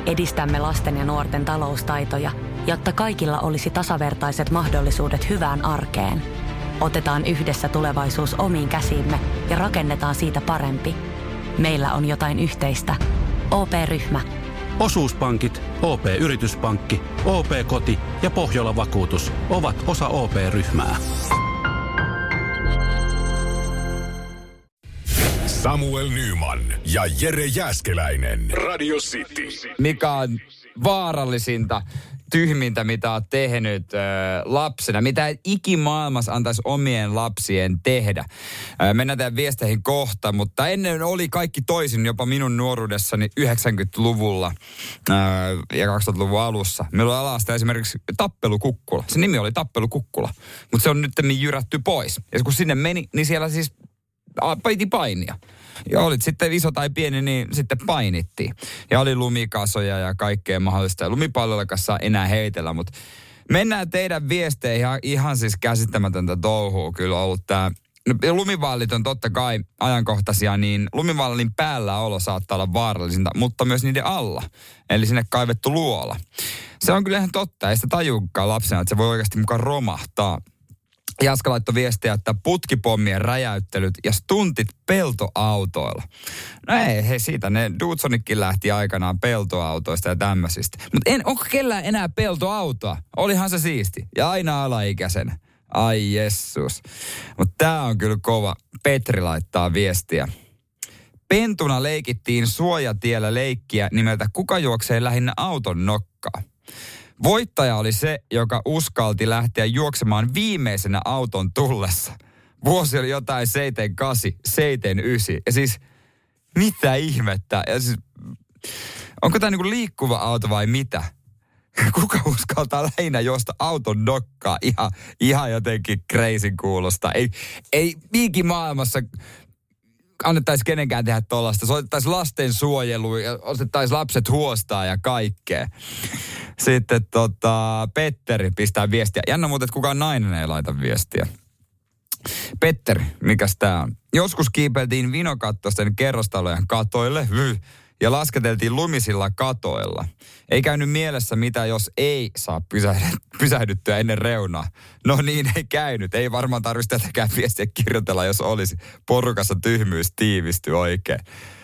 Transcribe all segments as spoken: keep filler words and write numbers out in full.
edistämme lasten ja nuorten taloustaitoja, jotta kaikilla olisi tasavertaiset mahdollisuudet hyvään arkeen. Otetaan yhdessä tulevaisuus omiin käsiimme ja rakennetaan siitä parempi. Meillä on jotain yhteistä. O P-ryhmä. Osuuspankit, O P-yrityspankki, O P-koti ja Pohjola-vakuutus ovat osa O P-ryhmää. Samuel Nyman ja Jere Jääskeläinen. Radio City. Mikä on vaarallisinta, tyhmintä, mitä oot tehnyt ö, lapsena? Mitä et ikimaailmassa antaisi omien lapsien tehdä? Ö, mennään tämän viesteihin kohta, mutta ennen oli kaikki toisin jopa minun nuoruudessani yhdeksänkymmentäluvulla ö, ja kaksituhattaluvun alussa. Meillä oli alasta esimerkiksi Tappelukukkula. Se nimi oli Tappelukukkula, mutta se on nyt jyrätty pois. Ja kun sinne meni, niin siellä siis piti painia. Ja olit sitten iso tai pieni, niin sitten painittiin. Ja oli lumikasoja ja kaikkea mahdollista. Ja lumipallolla kanssa enää heitellä, mutta mennään teidän viesteihin. Ihan, ihan siis käsittämätöntä touhua kyllä ollut tämä. No, lumivallit on totta kai ajankohtaisia, niin lumivallin päällä olo saattaa olla vaarallisinta, mutta myös niiden alla. Eli sinne kaivettu luola. Se on kyllä ihan totta, ei sitä tajuukaan lapsena, että se voi oikeasti mukaan romahtaa. Jaska laittoi viestiä, että putkipommien räjäyttelyt ja stuntit peltoautoilla. No ei, hei siitä ne Dudsonikin lähti aikanaan peltoautoista ja tämmöisistä. Mutta onko kellään enää peltoautoa? Olihan se siisti. Ja aina alaikäisenä. Ai jessus. Mutta tää on kyllä kova. Petri laittaa viestiä. Pentuna leikittiin suojatiellä leikkiä nimeltä Kuka juoksee lähinnä auton nokkaa. Voittaja oli se, joka uskalti lähteä juoksemaan viimeisenä auton tullessa. Vuosi oli jotain seitsemänkymmentäkahdeksan, seitsemänkymmentäyhdeksän. Ja siis, mitä ihmettä? Ja siis, onko tämä niinku liikkuva auto vai mitä? Kuka uskaltaa lähinnä juosta auton nokkaa? Ihan, ihan jotenkin crazy kuulosta. Ei, ei mihinkin maailmassa annettaisi kenenkään tehdä tollaista. Se otettaisiin lastensuojelu ja otettaisiin lapset huostaa ja kaikkea. Sitten tota, Petteri pistää viestiä. Jännä muuten, että kukaan nainen ei laita viestiä. Petteri, mikäs tää on? Joskus kiipeltiin vinokattoisten kerrostalojen katoille ja lasketeltiin lumisilla katoilla. Ei käynyt mielessä, mitä jos ei saa pysähdyttyä ennen reunaa. No niin, ei käynyt. Ei varmaan tarvitse tätäkään viestiä kirjoitella, jos olisi porukassa tyhmyys tiivisty oikein.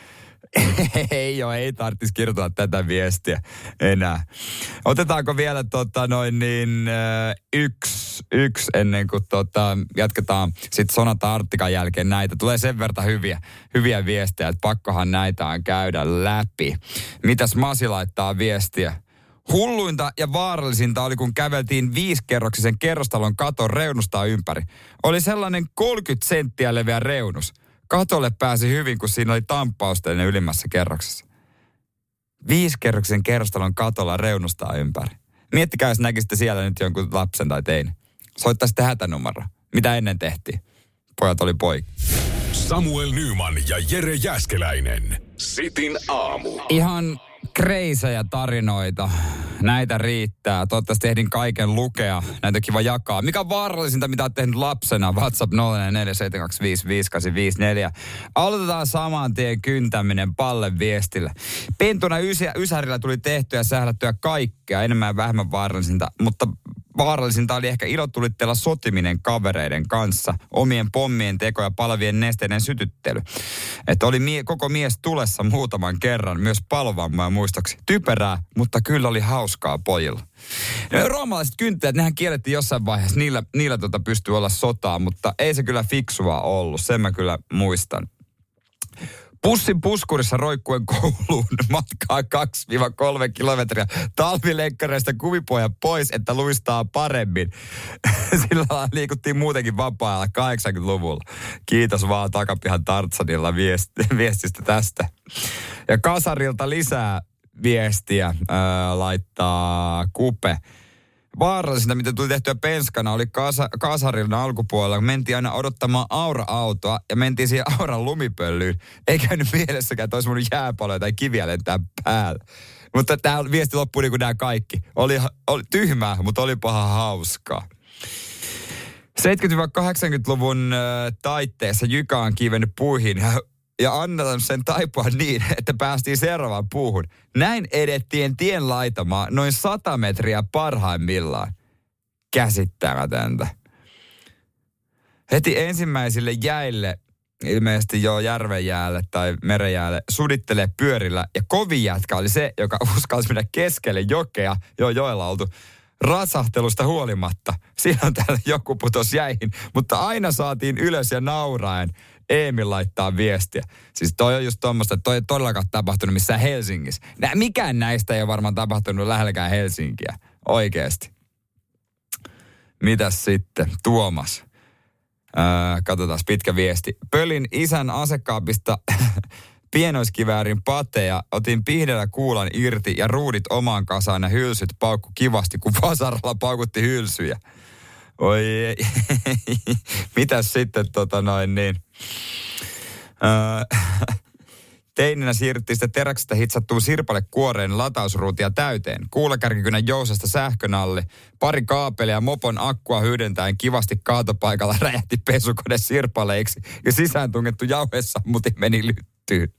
Ei ole, ei tarvitsisi kirjoitella tätä viestiä enää. Otetaanko vielä tota noin niin yksi, yksi ennen kuin tota, jatketaan sitten Sonata Arttikan jälkeen näitä. Tulee sen verran hyviä, hyviä viestejä, että pakkohan näitä on käydä läpi. Mitäs Masi laittaa viestiä? Hulluinta ja vaarallisinta oli, kun käveltiin viisikerroksisen kerrostalon katon reunusta ympäri. Oli sellainen kolmekymmentä senttiä leveä reunus. Katolle pääsi hyvin, kun siinä oli tamppausteinen ylimmässä kerroksessa. Viisikerroksen kerrostalon katolla reunustaa ympäri. Miettikää, jos näkisitte siellä nyt jonkun lapsen tai teini. Soittaisitte hätänumero. Mitä ennen tehtiin? Pojat oli poika. Samuel Nyman ja Jere Jääskeläinen. Sitin aamu. Ihan kreisejä tarinoita. Näitä riittää. Toivottavasti ehdin kaiken lukea. Näitä on kiva jakaa. Mikä on vaarallisinta, mitä olet tehnyt lapsena? WhatsApp nolla neljä seitsemän kaksi viisi viisi kahdeksan viisi neljä. Aloitetaan saman tien kyntäminen Pallen viestillä. Pentuna ysä, Ysärillä tuli tehtyä ja sählättyä kaikkea. Enemmän ja vähemmän vaarallisinta, mutta vaarallisinta oli ehkä ilotulitteella sotiminen kavereiden kanssa. Omien pommien teko ja palavien nesteiden sytyttely. Että oli mie- koko mies tulessa muutaman kerran, myös palvaamaan muistoksi. Typerää, mutta kyllä oli hauskaa pojilla. No, roomalaiset kynttilät, nehän kiellettiin jossain vaiheessa. Niillä, niillä tota pystyy olla sotaa, mutta ei se kyllä fiksua ollut. Sen mä kyllä muistan. Pussin puskurissa roikkuen kouluun matkaa kaksi kolme kilometriä talvilenkkareista kuvipohja pois, että luistaa paremmin. Sillä lailla liikuttiin muutenkin vapaa-ajalla kahdeksankymmentäluvulla. Kiitos vaan takapihan Tartsanilla viest- viestistä tästä. Ja Kasarilta lisää viestiä ää, laittaa Kupe. Vaarallisinta, mitä tuli tehtyä penskana, oli Kasa, Kasarin alkupuolella. Mentiin aina odottamaan Aura-autoa ja mentiin siihen Auran lumipöllyyn. Ei käynyt mielessäkään, että olisi voinut jääpaloja tai kiviä lentää päällä. Mutta tämä viesti loppui niin kuin nämä kaikki. Oli, oli tyhmää, mutta oli paha hauskaa. seitsemänkymmentä-kahdeksankymmentäluvun äh, taitteessa Jykä on kivennyt puihin ja antanut sen taipua niin, että päästiin seuraavaan puuhun. Näin edettiin tien laitamaan noin sata metriä parhaimmillaan. Käsittämätöntä. Heti ensimmäisille jäille, ilmeisesti jo järvenjäälle tai merenjäälle, sudittelee pyörillä. Ja kovin jätkä oli se, joka uskalsi mennä keskelle jokea, jo joella oltu. Rasahtelusta huolimatta. Silloin täällä joku putos jäihin, mutta aina saatiin ylös ja nauraen Eemil laittaa viestiä. Siis toi on just tommoista, että toi ei todellakaan tapahtunut missään Helsingissä. Nä, mikään näistä ei ole varmaan tapahtunut lähelläkään Helsinkiä. Oikeesti. Mitäs sitten? Tuomas. Öö, katsotaan pitkä viesti. Pölin isän asekaapista pienoiskiväärin pateja, otin pihdellä kuulan irti ja ruudit omaan kasaan ja hylsyt paukku kivasti, kun vasaralla paukutti hylsyjä. Oi ei. Mitäs sitten tota noin niin. Öö, teininä siirryttiin sitten teräksestä hitsattuun sirpalekuoreen latausruutia täyteen. Kuulakärkikynän jousesta sähkönalli, pari kaapelia ja mopon akkua hyödyntäen kivasti kaatopaikalla räjähti pesukone sirpaleiksi ja sisään tungettu jauhesammuti meni lyttyyn.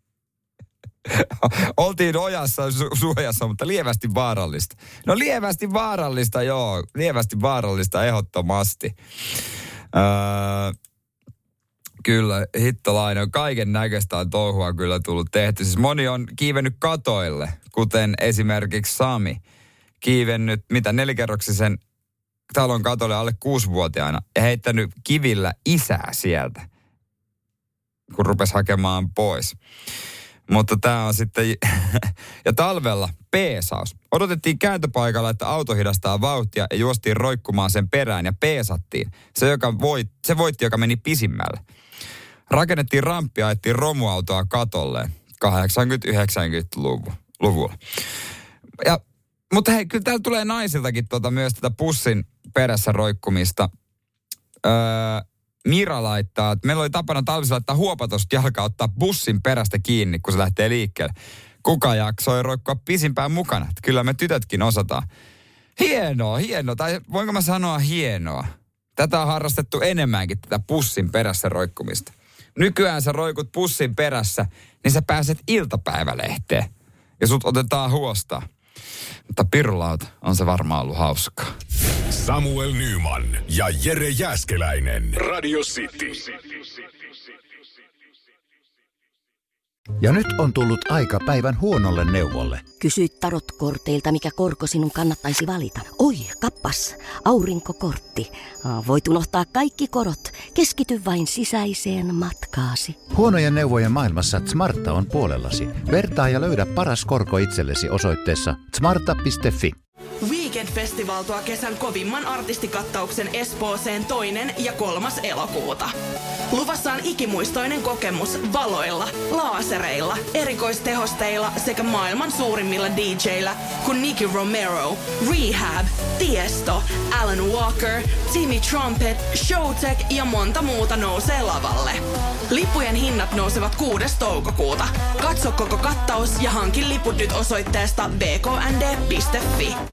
Oltiin ojassa su- suojassa, mutta lievästi vaarallista. No lievästi vaarallista, joo. Lievästi vaarallista ehdottomasti. Öö, kyllä, hittolainen. Kaiken näköistä on touhua kyllä tullut tehty. Siis moni on kiivennyt katoille, kuten esimerkiksi Sami. Kiivennyt, mitä, nelikerroksisen talon katolle alle kuusivuotiaana ja heittänyt kivillä isää sieltä, kun rupesi hakemaan pois. Mutta tämä on sitten, ja talvella peesaus. Odotettiin kääntöpaikalla, että auto hidastaa vauhtia ja juostiin roikkumaan sen perään ja peesattiin. Se, joka voit, se voitti, joka meni pisimmälle. Rakennettiin ramppia ja ajettiin romuautoa katolleen kahdeksankymmentä-yhdeksänkymmentäluvulla. Ja, mutta hei, kyllä täällä tulee naisiltakin tuota, myös tätä pussin perässä roikkumista. Öö, Mira laittaa, että meillä oli tapana talvisella laittaa huopatosta jalkaa ottaa bussin perästä kiinni, kun se lähtee liikkeelle. Kuka jaksoi roikkua pisimpään mukana? Että kyllä me tytötkin osataan. Hienoa, hienoa. Tai voinko mä sanoa hienoa? Tätä on harrastettu enemmänkin, tätä bussin perässä roikkumista. Nykyään sä roikut bussin perässä, niin sä pääset iltapäivälehteen. Ja sut otetaan huostaan. Mutta pirulauta on se varmaan ollut hauskaa. Samuel Nyman ja Jere Jääskeläinen. Radio City. Ja nyt on tullut aika päivän huonolle neuvolle. Kysy tarotkorteilta, mikä korko sinun kannattaisi valita. Oi, kappas, aurinkokortti. Voit unohtaa kaikki korot. Keskity vain sisäiseen matkaasi. Huonojen neuvojen maailmassa Smarta on puolellasi. Vertaa ja löydä paras korko itsellesi osoitteessa smarta piste fi. Weekend Festival tuo kesän kovimman artistikattauksen Espooseen toinen ja kolmas elokuuta. Luvassa on ikimuistoinen kokemus valoilla, laasereilla, erikoistehosteilla sekä maailman suurimmilla D J:illä kuin Nicky Romero, Rehab, Tiesto, Alan Walker, Timmy Trumpet, Showtek ja monta muuta nousee lavalle. Lippujen hinnat nousevat kuudes toukokuuta. Katso koko kattaus ja hankin liput nyt osoitteesta b k n d piste f i.